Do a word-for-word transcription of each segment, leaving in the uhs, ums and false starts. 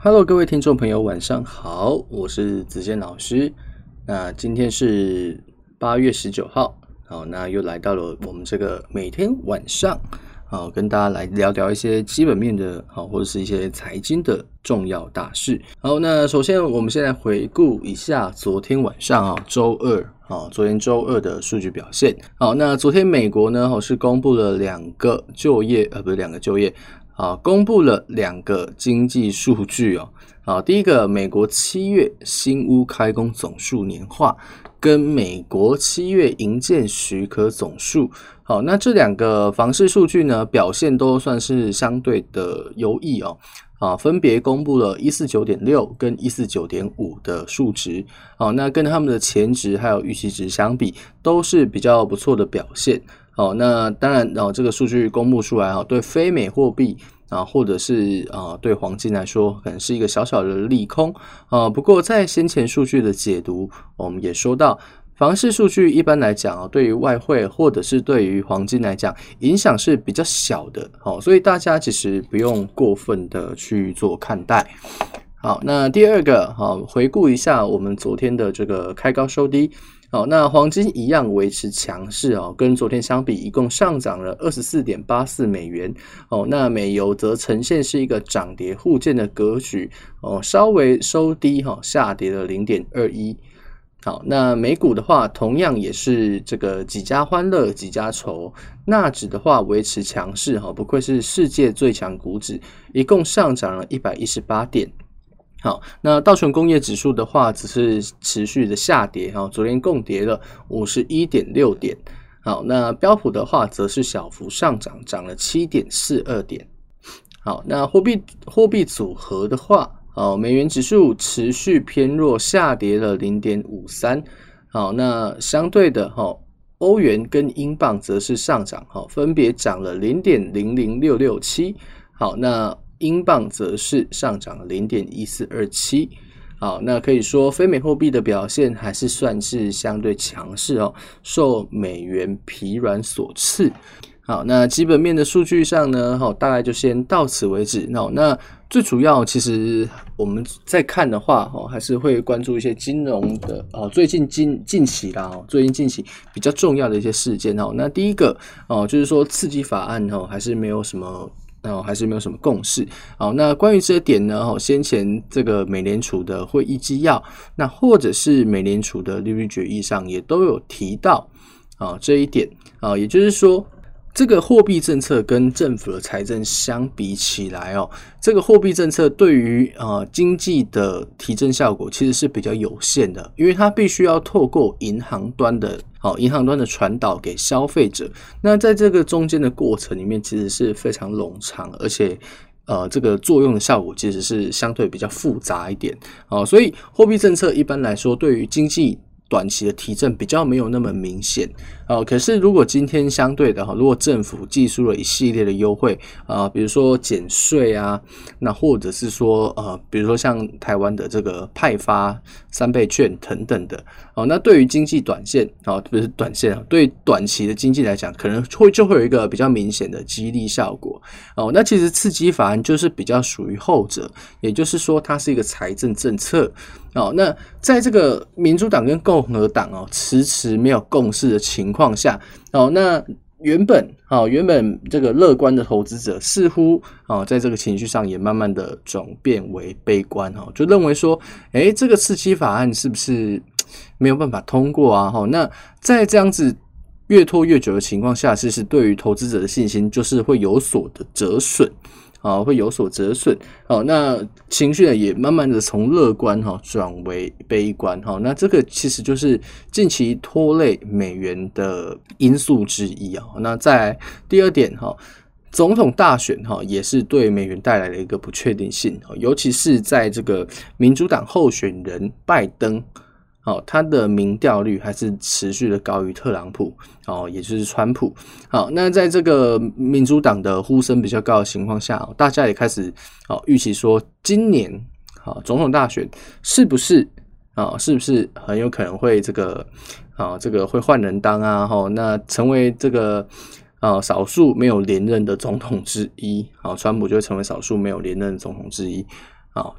Hello， 各位听众朋友，晚上好，我是子健老师。那今天是八月十九号，好，那又来到了我们这个每天晚上，好，跟大家来聊聊一些基本面的，好，或者是一些财经的重要大事。好，那首先我们先来回顾一下昨天晚上啊，周二。好，昨天周二的数据表现。好，那昨天美国呢是公布了两个就业，呃，不是两个就业。啊，公布了两个经济数据哦。好，第一个，美国七月新屋开工总数年化，跟美国七月营建许可总数。好，那这两个房市数据呢，表现都算是相对的优异哦。啊，分别公布了 一四九点六 跟 一四九点五 的数值。好，那跟他们的前值还有预期值相比，都是比较不错的表现。好，那当然，哦，这个数据公布出来，哦，对非美货币啊，或者是啊，对黄金来说，可能是一个小小的利空啊。不过，在先前数据的解读，我们也说到，房市数据一般来讲，对于外汇或者是对于黄金来讲，影响是比较小的，哦，所以大家其实不用过分的去做看待。好，那第二个，好，回顾一下我们昨天的这个开高收低。好，那黄金一样维持强势哦，跟昨天相比，一共上涨了 二十四点八四美元哦。那美油则呈现是一个涨跌互见的格局哦，稍微收低哈，下跌了 零点二一。好，那美股的话，同样也是这个几家欢乐几家愁，纳指的话维持强势哈，不愧是世界最强股指，一共上涨了一百一十八点。好，那道琼工业指数的话，只是持续的下跌，哈，昨天共跌了 五十一点六 点。好，那标普的话，则是小幅上涨，涨了 七点四二 点。好，那货币货币组合的话，哦，美元指数持续偏弱，下跌了 零点五三。好，那相对的，哈，欧元跟英镑则是上涨，哈，分别涨了 零点零零六六七。好，那英镑则是上涨了 零点一四二七。好，那可以说非美货币的表现还是算是相对强势哦，受美元疲软所赐。好，那基本面的数据上呢，好，大概就先到此为止。那那最主要其实我们在看的话，还是会关注一些金融的哦，最近近近期啦，最近近期比较重要的一些事件哦。那第一个哦，就是说刺激法案哦，还是没有什么。哦，还是没有什么共识。好，那关于这点呢，先前这个美联储的会议纪要，那或者是美联储的利率决议上也都有提到啊这一点啊，也就是说，这个货币政策跟政府的财政相比起来哦，这个货币政策对于呃经济的提振效果其实是比较有限的，因为它必须要透过银行端的。好，银行端的传导给消费者，那在这个中间的过程里面，其实是非常冗长，而且呃，这个作用的效果其实是相对比较复杂一点。好，所以货币政策一般来说，对于经济短期的提振比较没有那么明显。好，可是如果今天相对的，如果政府祭出了一系列的优惠啊、呃，比如说减税啊，那或者是说呃，比如说像台湾的这个派发三倍券等等的，哦，那对于经济短线啊、哦，不是短线啊，对短期的经济来讲，可能会就会有一个比较明显的激励效果。哦，那其实刺激法案就是比较属于后者，也就是说它是一个财政政策。哦，那在这个民主党跟共和党哦迟迟没有共识的情况下，哦，那原本哦原本这个乐观的投资者似乎哦在这个情绪上也慢慢的转变为悲观哦，就认为说，诶，这个刺激法案是不是没有办法通过啊？哦，那在这样子越拖越久的情况下，其实对于投资者的信心就是会有所的折损。啊，会有所折损。好，那情绪呢也慢慢的从乐观哈转为悲观哈。那这个其实就是近期拖累美元的因素之一啊。那在第二点哈，总统大选哈也是对美元带来了一个不确定性，尤其是在这个民主党候选人拜登。好，他的民调率还是持续的高于特朗普，哦，也就是川普。好，那在这个民主党的呼声比较高的情况下，大家也开始哦预期说，今年好总统大选是不是啊，是不是很有可能会这个啊这个会换人当啊？哈，那成为这个啊少数没有连任的总统之一，好，川普就会成为少数没有连任的总统之一。好，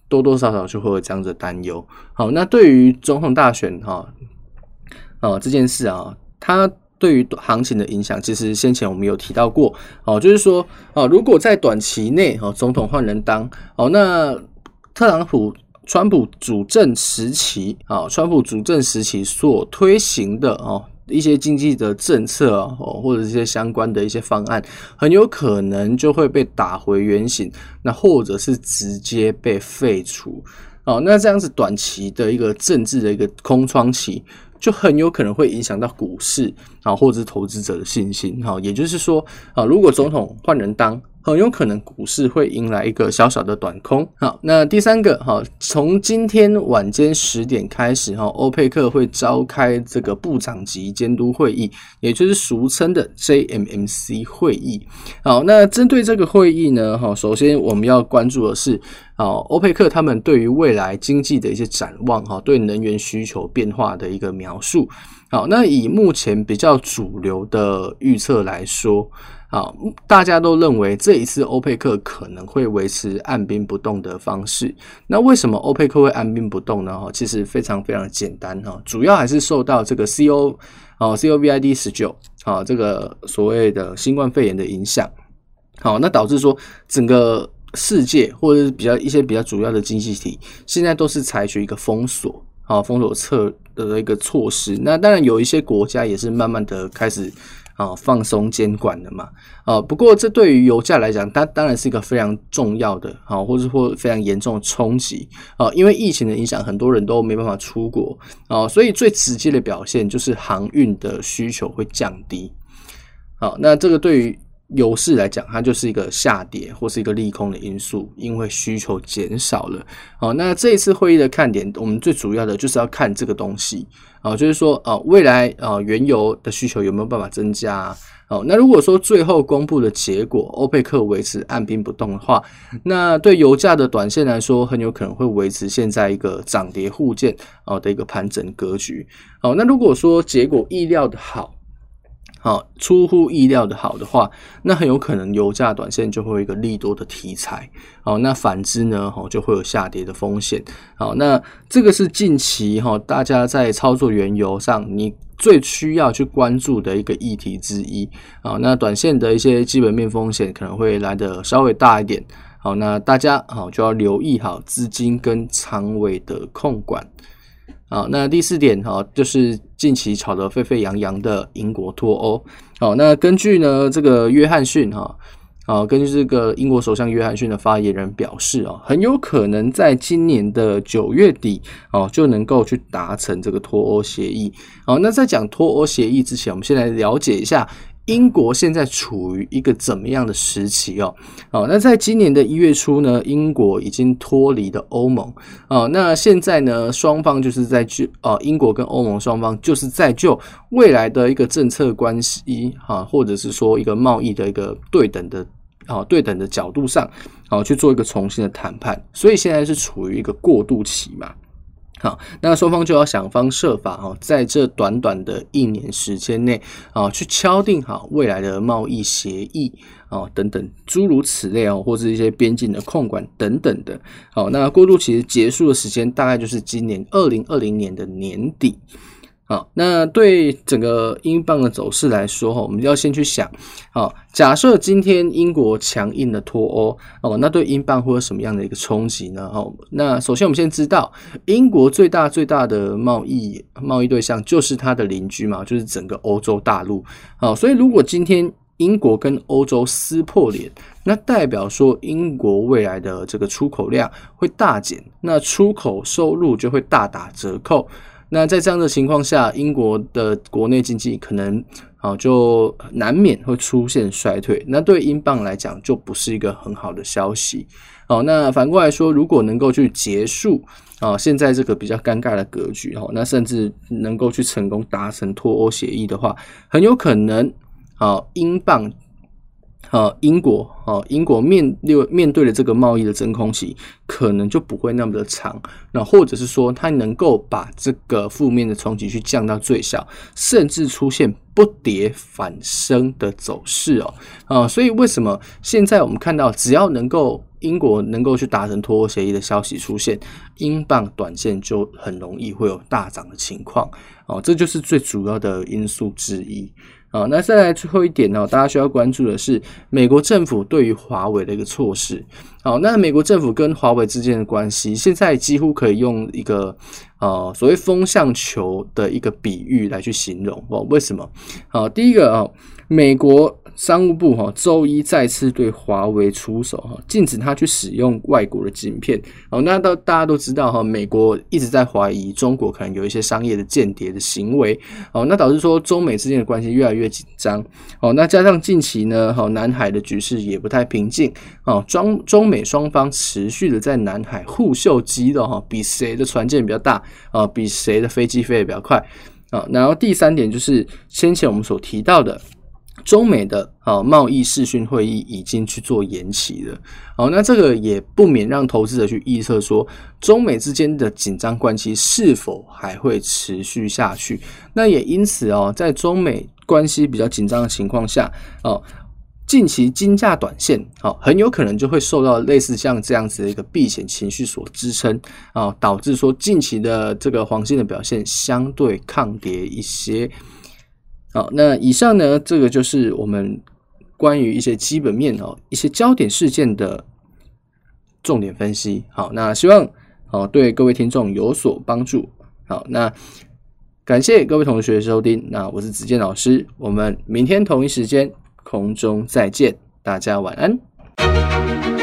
多多少少就会有这样子的担忧。好，那对于总统大选哈，哦这件事啊，它对于行情的影响，其实先前我们有提到过，哦，就是说，哦，如果在短期内，哦，总统换人当，哦，那特朗普、川普主政时期，哦，川普主政时期所推行的，哦，一些经济的政策啊，哦，或者一些相关的一些方案，很有可能就会被打回原形，那或者是直接被废除。哦，那这样子短期的一个政治的一个空窗期，就很有可能会影响到股市啊，或者是投资者的信心。哈，也就是说啊，如果总统换人当，很有可能股市会迎来一个小小的短空。好，那第三个哈，从今天晚间十点开始哈，欧佩克会召开这个部长级监督会议，也就是俗称的 J M M C 会议。好，那针对这个会议呢，哈，首先我们要关注的是，好，欧佩克他们对于未来经济的一些展望哈，对能源需求变化的一个描述。好，那以目前比较主流的预测来说，好，大家都认为这一次欧佩克可能会维持按兵不动的方式。那为什么欧佩克会按兵不动呢？其实非常非常简单，主要还是受到这个 C O C O V I D 十九 这个所谓的新冠肺炎的影响。好，那导致说整个世界或者是比较一些比较主要的经济体现在都是采取一个封锁，好，封锁策的一个措施。那当然有一些国家也是慢慢的开始啊放松监管的嘛。啊，不过这对于油价来讲，它当然是一个非常重要的，啊，或者或非常严重的冲击。啊，因为疫情的影响，很多人都没办法出国，啊，所以最直接的表现就是航运的需求会降低。好，那这个对于油市来讲，它就是一个下跌或是一个利空的因素，因为需求减少了。好，那这一次会议的看点，我们最主要的就是要看这个东西，啊，就是说啊，未来啊原油的需求有没有办法增加啊？好，那如果说最后公布的结果，欧佩克维持按兵不动的话，那对油价的短线来说，很有可能会维持现在一个涨跌互见啊的一个盘整格局。好，那如果说结果意料的好，好，出乎意料的好的话，那很有可能油价短线就会有一个利多的题材。好，那反之呢，就会有下跌的风险。好，那这个是近期大家在操作原油上你最需要去关注的一个议题之一。好，那短线的一些基本面风险可能会来得稍微大一点。好，那大家好就要留意好资金跟仓位的控管。好，那第四点哈，就是近期炒得沸沸扬扬的英国脱欧。好，那根据呢这个约翰逊哈，好，根据这个英国首相约翰逊的发言人表示啊，很有可能在今年的九月底哦就能够去达成这个脱欧协议。好，那在讲脱欧协议之前，我们先来了解一下英国现在处于一个怎么样的时期哦？好，那在今年的一月初呢，英国已经脱离了欧盟哦。那现在呢，双方就是在就哦，英国跟欧盟双方就是在就未来的一个政策关系哈，或者是说一个贸易的一个对等的哦对等的角度上，哦去做一个重新的谈判。所以现在是处于一个过渡期嘛。好，那双方就要想方设法在这短短的一年时间内去敲定好未来的贸易协议等等诸如此类或是一些边境的控管等等的。好，那过渡期结束的时间大概就是今年二零二零年的年底。好，那对整个英镑的走势来说，我们要先去想，好，假设今天英国强硬的脱欧，哦，那对英镑会有什么样的一个冲击呢？哦，那首先我们先知道，英国最大最大的贸易贸易对象就是它的邻居嘛，就是整个欧洲大陆。好，所以如果今天英国跟欧洲撕破脸，那代表说英国未来的这个出口量会大减，那出口收入就会大打折扣。那在这样的情况下，英国的国内经济可能啊就难免会出现衰退，那对英镑来讲就不是一个很好的消息。好，那反过来说，如果能够去结束啊现在这个比较尴尬的格局，那甚至能够去成功达成脱欧协议的话，很有可能啊英镑呃，英国呃，英国面面对的这个贸易的真空期，可能就不会那么的长。那或者是说，它能够把这个负面的冲击去降到最小，甚至出现不跌反升的走势哦。啊、呃，所以为什么现在我们看到，只要能够英国能够去达成脱欧协议的消息出现，英镑短线就很容易会有大涨的情况哦，这就是最主要的因素之一。好，那再来最后一点呢，大家需要关注的是美国政府对于华为的一个措施。好，那美国政府跟华为之间的关系，现在几乎可以用一个呃所谓风向球的一个比喻来去形容哦。为什么？好，第一个哦，美国商务部哈周一再次对华为出手哈，禁止它去使用外国的晶片。哦，那到大家都知道哈，美国一直在怀疑中国可能有一些商业的间谍的行为。哦，那导致说中美之间的关系越来越紧张。哦，那加上近期呢，哦南海的局势也不太平静。哦，中中美双方持续的在南海互秀肌肉哈，比谁的船舰比较大啊，比谁的飞机飞得比较快啊。然后第三点就是先前我们所提到的。中美的啊贸易视讯会议已经去做延期了，好，那这个也不免让投资者去预测说，中美之间的紧张关系是否还会持续下去？那也因此哦，在中美关系比较紧张的情况下，哦，近期金价短线哦，很有可能就会受到类似像这样子的一个避险情绪所支撑啊，导致说近期的这个黄金的表现相对抗跌一些。好，那以上呢，这个就是我们关于一些基本面哦，一些焦点事件的重点分析。好，那希望哦对各位听众有所帮助。好，那感谢各位同学的收听，那我是子健老师，我们明天同一时间空中再见，大家晚安。